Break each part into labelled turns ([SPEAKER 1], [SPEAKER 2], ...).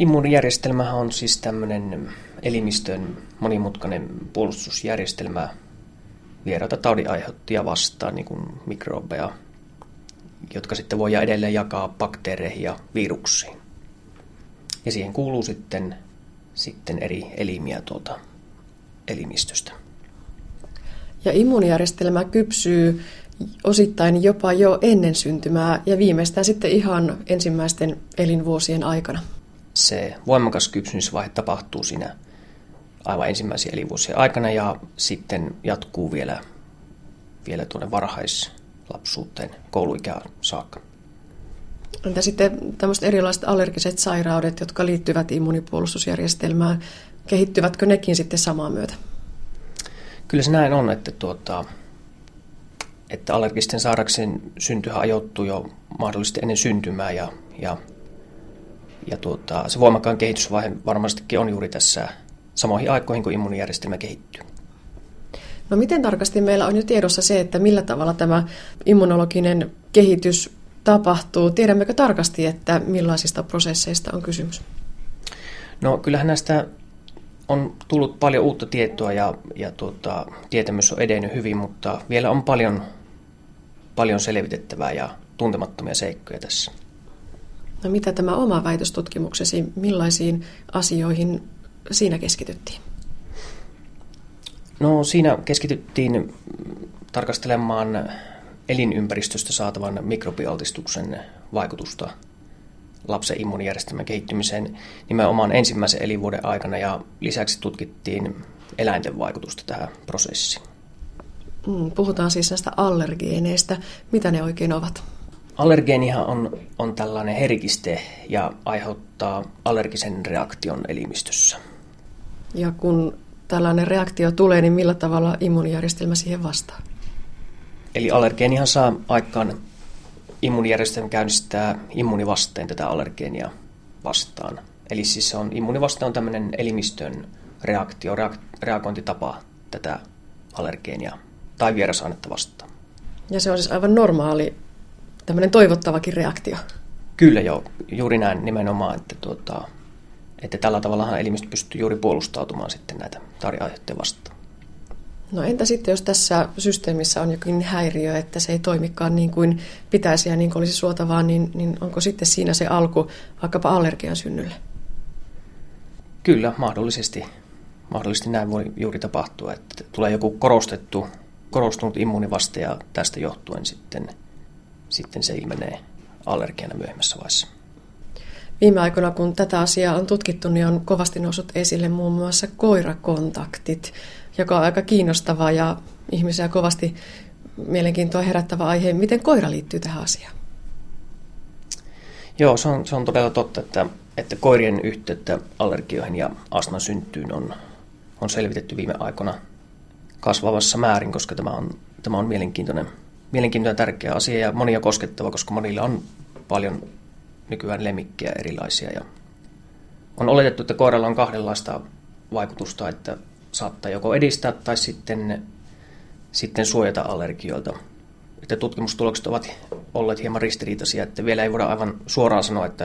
[SPEAKER 1] Immuunijärjestelmähän on siis tämmöinen elimistön monimutkainen puolustusjärjestelmä vieraita taudinaiheuttajia vastaan, niin kuin mikrobeja, jotka sitten voidaan edelleen jakaa bakteereihin ja viruksiin. Ja siihen kuuluu sitten eri elimiä tuolta elimistöstä.
[SPEAKER 2] Ja immuunijärjestelmä kypsyy osittain jopa jo ennen syntymää ja viimeistään sitten ihan ensimmäisten elinvuosien aikana.
[SPEAKER 1] Se voimakas kypsymisvaihe tapahtuu siinä aivan ensimmäisen elinvuosien aikana ja sitten jatkuu vielä tuonne varhaislapsuuteen, kouluikään saakka.
[SPEAKER 2] Entä sitten tämmöiset erilaiset allergiset sairaudet, jotka liittyvät immunipuolustusjärjestelmään, kehittyvätkö nekin sitten samaa myötä?
[SPEAKER 1] Kyllä se näin on, että allergisten sairauksien syntyhän ajoittuu jo mahdollisesti ennen syntymää ja se voimakkaan kehitysvaihe varmastikin on juuri tässä samoihin aikoihin, kun immuunijärjestelmä kehittyy.
[SPEAKER 2] No miten tarkasti meillä on jo tiedossa se, että millä tavalla tämä immunologinen kehitys tapahtuu? Tiedämmekö tarkasti, että millaisista prosesseista on kysymys?
[SPEAKER 1] No kyllähän näistä on tullut paljon uutta tietoa ja tietämys on edennyt hyvin, mutta vielä on paljon selvitettävää ja tuntemattomia seikkoja tässä.
[SPEAKER 2] No mitä tämä oma väitöstutkimuksesi, millaisiin asioihin siinä keskityttiin?
[SPEAKER 1] No siinä keskityttiin tarkastelemaan elinympäristöstä saatavan mikrobialtistuksen vaikutusta lapsen immuunijärjestelmän kehittymiseen nimenomaan ensimmäisen elinvuoden aikana ja lisäksi tutkittiin eläinten vaikutusta tähän prosessiin.
[SPEAKER 2] Puhutaan siis näistä allergeeneistä. Mitä ne oikein ovat?
[SPEAKER 1] Allergeenihan on tällainen herkiste ja aiheuttaa allergisen reaktion elimistössä.
[SPEAKER 2] Ja kun tällainen reaktio tulee, niin millä tavalla immuunijärjestelmä siihen vastaa?
[SPEAKER 1] Eli allergeenihan saa aikaan, immuunijärjestelmä käynnistää immuunivasteen tätä allergeenia vastaan. Eli siis immuunivaste on tämmöinen elimistön reagointitapa tätä allergeenia tai vierasainetta vastaan.
[SPEAKER 2] Ja se on siis aivan normaali, tämmöinen toivottavakin reaktio.
[SPEAKER 1] Kyllä joo, juuri näin nimenomaan, että tällä tavallahan elimistö pystyy juuri puolustautumaan sitten näitä taudinaiheuttajia vastaan.
[SPEAKER 2] No entä sitten, jos tässä systeemissä on jokin häiriö, että se ei toimikaan niin kuin pitäisi ja niin kuin olisi suotavaa, niin onko sitten siinä se alku vaikkapa allergian synnylle?
[SPEAKER 1] Kyllä, mahdollisesti näin voi juuri tapahtua, että tulee joku korostunut immuunivaste ja tästä johtuen sitten se ilmenee allergiana myöhemmässä vaiheessa.
[SPEAKER 2] Viime aikoina, kun tätä asiaa on tutkittu, niin on kovasti noussut esille muun muassa koirakontaktit, joka on aika kiinnostava ja ihmisiä kovasti mielenkiintoa herättävä aihe. Miten koira liittyy tähän asiaan?
[SPEAKER 1] Joo, se on todella totta, että koirien yhteyttä allergioihin ja astman syntyyn on selvitetty viime aikoina kasvavassa määrin, koska tämä on mielenkiintoinen tärkeä asia ja monia koskettava, koska monilla on paljon nykyään lemmikkejä erilaisia. Ja on oletettu, että koiralla on kahdenlaista vaikutusta, että saattaa joko edistää tai sitten suojata allergioilta. Että tutkimustulokset ovat olleet hieman ristiriitaisia, että vielä ei voida aivan suoraan sanoa, että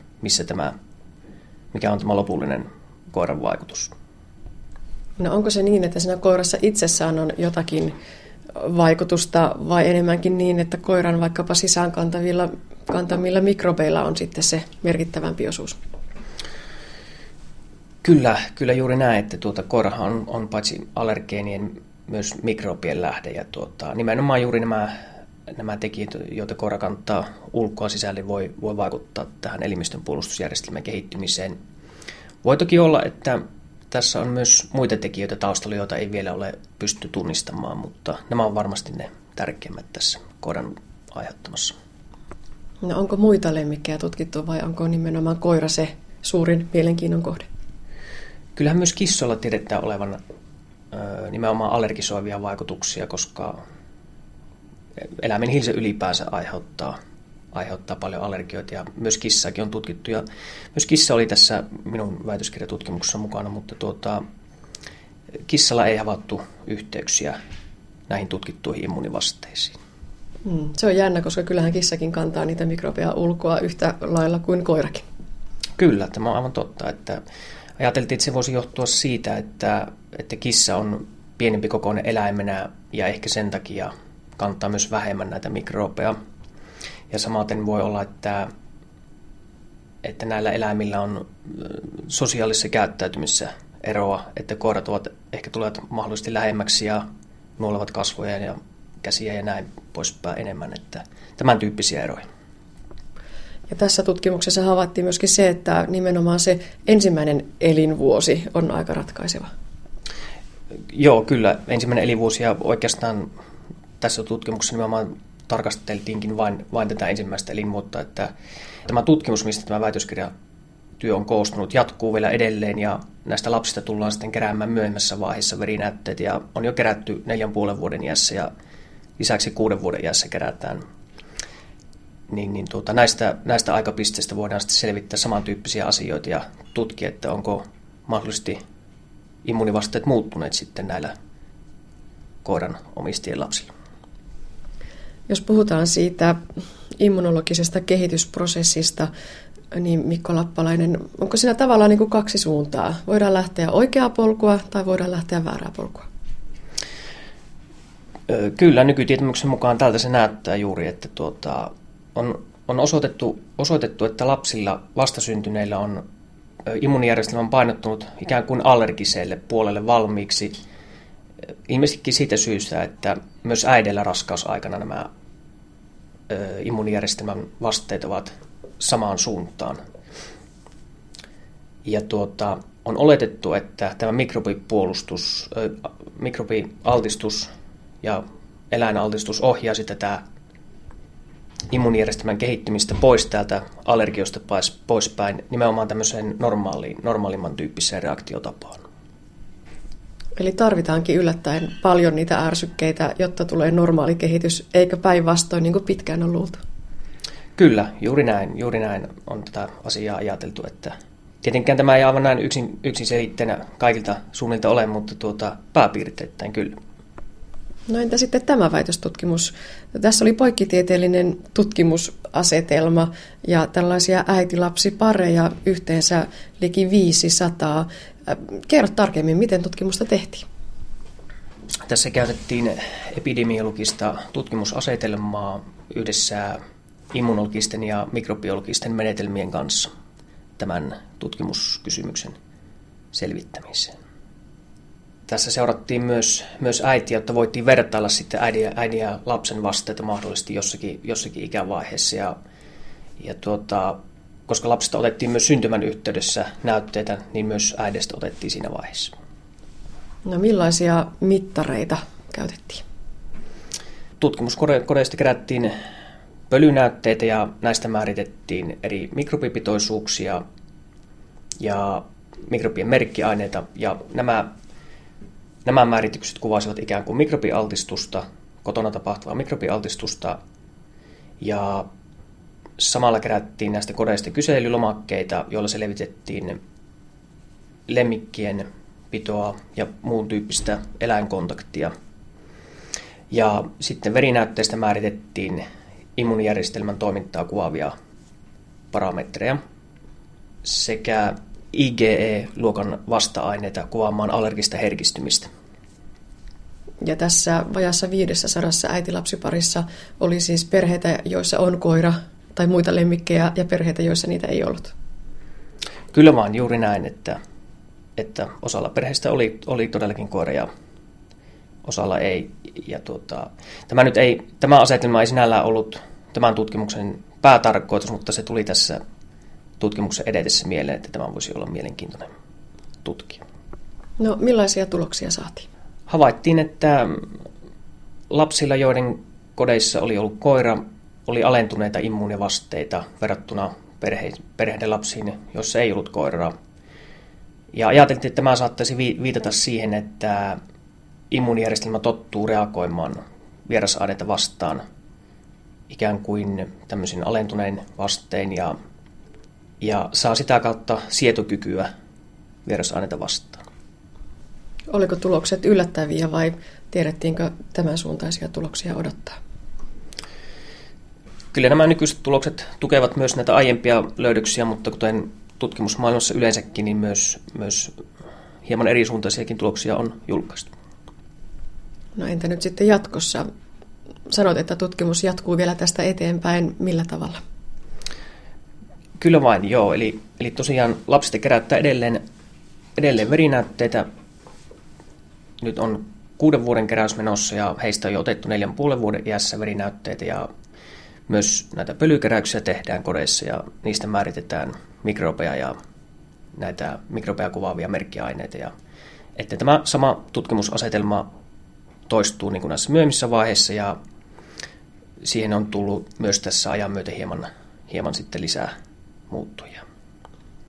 [SPEAKER 1] mikä on tämä lopullinen koiran vaikutus. No
[SPEAKER 2] onko se niin, että siinä koirassa itsessään on jotakin vaikutusta vai enemmänkin niin, että koiran vaikkapa sisäänkantamilla mikrobeilla on sitten se merkittävämpi osuus?
[SPEAKER 1] Kyllä juuri näin, että koirahan on paitsi allergeenien myös mikrobien lähde ja nimenomaan juuri nämä tekijät, joita koira kantaa ulkoa sisälle, voi vaikuttaa tähän elimistön puolustusjärjestelmän kehittymiseen. Voi toki olla, että tässä on myös muita tekijöitä taustalla, joita ei vielä ole pystytty tunnistamaan, mutta nämä on varmasti ne tärkeimmät tässä koiran aiheuttamassa.
[SPEAKER 2] No onko muita lemmikkejä tutkittu vai onko nimenomaan koira se suurin mielenkiinnon kohde?
[SPEAKER 1] Kyllähän myös kissoilla tiedetään olevan nimenomaan allergisoivia vaikutuksia, koska eläimen hilse ylipäänsä aiheuttaa paljon allergioita ja myös kissaakin on tutkittu. Ja myös kissa oli tässä minun väitöskirjatutkimuksessa mukana, mutta kissalla ei havaittu yhteyksiä näihin tutkittuihin immuunivasteisiin.
[SPEAKER 2] Se on jännä, koska kyllähän kissakin kantaa niitä mikrobeja ulkoa yhtä lailla kuin koirakin.
[SPEAKER 1] Kyllä, tämä on aivan totta. Että ajateltiin, että se voisi johtua siitä, että kissa on pienempi kokoinen eläimenä ja ehkä sen takia kantaa myös vähemmän näitä mikrobeja. Ja samaten voi olla, että näillä eläimillä on sosiaalisessa käyttäytymisessä eroa, että koirat ehkä tulevat mahdollisesti lähemmäksi ja nuolevat kasvoja ja käsiä ja näin poispäin enemmän, että tämän tyyppisiä eroja.
[SPEAKER 2] Ja tässä tutkimuksessa havaittiin myöskin se, että nimenomaan se ensimmäinen elinvuosi on aika ratkaiseva.
[SPEAKER 1] Joo, kyllä. Ensimmäinen elinvuosi ja oikeastaan tässä tutkimuksessa nimenomaan tarkasteltiinkin vain tätä ensimmäistä elinvuotta, että tämä tutkimus, mistä tämä väitöskirjatyö on koostunut, jatkuu vielä edelleen ja näistä lapsista tullaan sitten keräämään myöhemmässä vaiheessa verinäytteet ja on jo kerätty 4,5 vuoden iässä ja lisäksi 6 vuoden iässä kerätään. Näistä aikapisteistä voidaan sitten selvittää samantyyppisiä asioita ja tutkia, että onko mahdollisesti immunivasteet muuttuneet sitten näillä koiran omistajien lapsilla.
[SPEAKER 2] Jos puhutaan siitä immunologisesta kehitysprosessista, niin Mikko Lappalainen, onko siinä tavallaan niin kuin kaksi suuntaa? Voidaan lähteä oikeaa polkua tai voidaan lähteä väärää polkua?
[SPEAKER 1] Kyllä, nykytietämyksen mukaan tältä se näyttää juuri, että on osoitettu, että lapsilla vastasyntyneillä on immuunijärjestelmä painottunut ikään kuin allergiselle puolelle valmiiksi. Ilmeisestikin siitä syystä, että myös äideillä raskausaikana nämä immuunijärjestelmän vasteet ovat samaan suuntaan. Ja on oletettu, että tämä mikrobialtistus ja eläinaltistus ohjaisi tätä immuunijärjestelmän kehittymistä pois täältä allergiosta poispäin nimenomaan tämmöiseen normaalimman tyyppiseen reaktiotapaan.
[SPEAKER 2] Eli tarvitaankin yllättäen paljon niitä ärsykkeitä, jotta tulee normaali kehitys, eikä päinvastoin niin kuin pitkään on luultu.
[SPEAKER 1] Kyllä, juuri näin on tätä asiaa ajateltu, että tietenkään tämä ei aivan näin yksiselitteenä kaikilta suunnilta ole, mutta pääpiirteittäin kyllä.
[SPEAKER 2] No entä sitten tämä väitöstutkimus? Tässä oli poikkitieteellinen tutkimusasetelma ja tällaisia äiti-lapsipareja yhteensä liki 500. Kerro tarkemmin, miten tutkimusta tehtiin.
[SPEAKER 1] Tässä käytettiin epidemiologista tutkimusasetelmaa yhdessä immunologisten ja mikrobiologisten menetelmien kanssa tämän tutkimuskysymyksen selvittämiseen. Tässä seurattiin myös äitiä, jotta voitiin vertailla sitten äidin ja lapsen vasteita mahdollisesti jossakin ikävaiheessa. Koska lapsista otettiin myös syntymän yhteydessä näytteitä, niin myös äidistä otettiin siinä vaiheessa.
[SPEAKER 2] No millaisia mittareita käytettiin?
[SPEAKER 1] Tutkimuskodeista kerättiin pölynäytteitä ja näistä määritettiin eri mikrobipitoisuuksia ja mikrobien merkkiaineita. Ja nämä määritykset kuvasivat ikään kuin mikrobialtistusta, kotona tapahtuvaa mikrobialtistusta ja samalla kerättiin näistä kodeista kyselylomakkeita, joilla selvitettiin lemmikkien pitoa ja muun tyyppistä eläinkontaktia. Ja sitten verinäytteistä määritettiin immuunijärjestelmän toimintaa kuvaavia parametreja sekä IgE-luokan vasta-aineita kuvaamaan allergista herkistymistä.
[SPEAKER 2] Ja tässä vajassa 500 äiti-lapsiparissa oli siis perheitä, joissa on koira tai muita lemmikkejä ja perheitä, joissa niitä ei ollut.
[SPEAKER 1] Kyllä vaan juuri näin, että osalla perheistä oli todellakin koira ja osalla ei. Ja tämä asetelma ei sinällään ollut tämän tutkimuksen päätarkoitus, mutta se tuli tässä tutkimuksen edetessä mieleen, että tämä voisi olla mielenkiintoinen tutkia.
[SPEAKER 2] No millaisia tuloksia saatiin?
[SPEAKER 1] Havaittiin, että lapsilla, joiden kodeissa oli ollut koira, oli alentuneita immuunivasteita verrattuna perheiden lapsiin, joissa ei ollut koiraa. Ja ajateltiin, että tämä saattaisi viitata siihen, että immuunijärjestelmä tottuu reagoimaan vierasaineita vastaan ikään kuin tämmöisin alentunein vastein ja saa sitä kautta sietokykyä vierasaineita vastaan.
[SPEAKER 2] Oliko tulokset yllättäviä vai tiedettiinkö tämän suuntaisia tuloksia odottaa?
[SPEAKER 1] Kyllä nämä nykyiset tulokset tukevat myös näitä aiempia löydöksiä, mutta kuten tutkimusmaailmassa yleensäkin niin myös hieman erisuuntaisiakin tuloksia on julkaistu.
[SPEAKER 2] No entä nyt sitten jatkossa? Sanoit, että tutkimus jatkuu vielä tästä eteenpäin. Millä tavalla?
[SPEAKER 1] Kyllä vain, joo. Eli tosiaan lapsista keräyttää edelleen verinäytteitä. Nyt on 6 vuoden keräys menossa ja heistä on jo otettu 4,5 vuoden iässä verinäytteitä ja myös näitä pölykeräyksiä tehdään kodeissa ja niistä määritetään mikrobeja ja näitä mikrobeja kuvaavia merkkiaineita. Ja että tämä sama tutkimusasetelma toistuu niin kuin näissä myöhemmissä vaiheissa ja siihen on tullut myös tässä ajan myötä hieman sitten lisää muuttujia.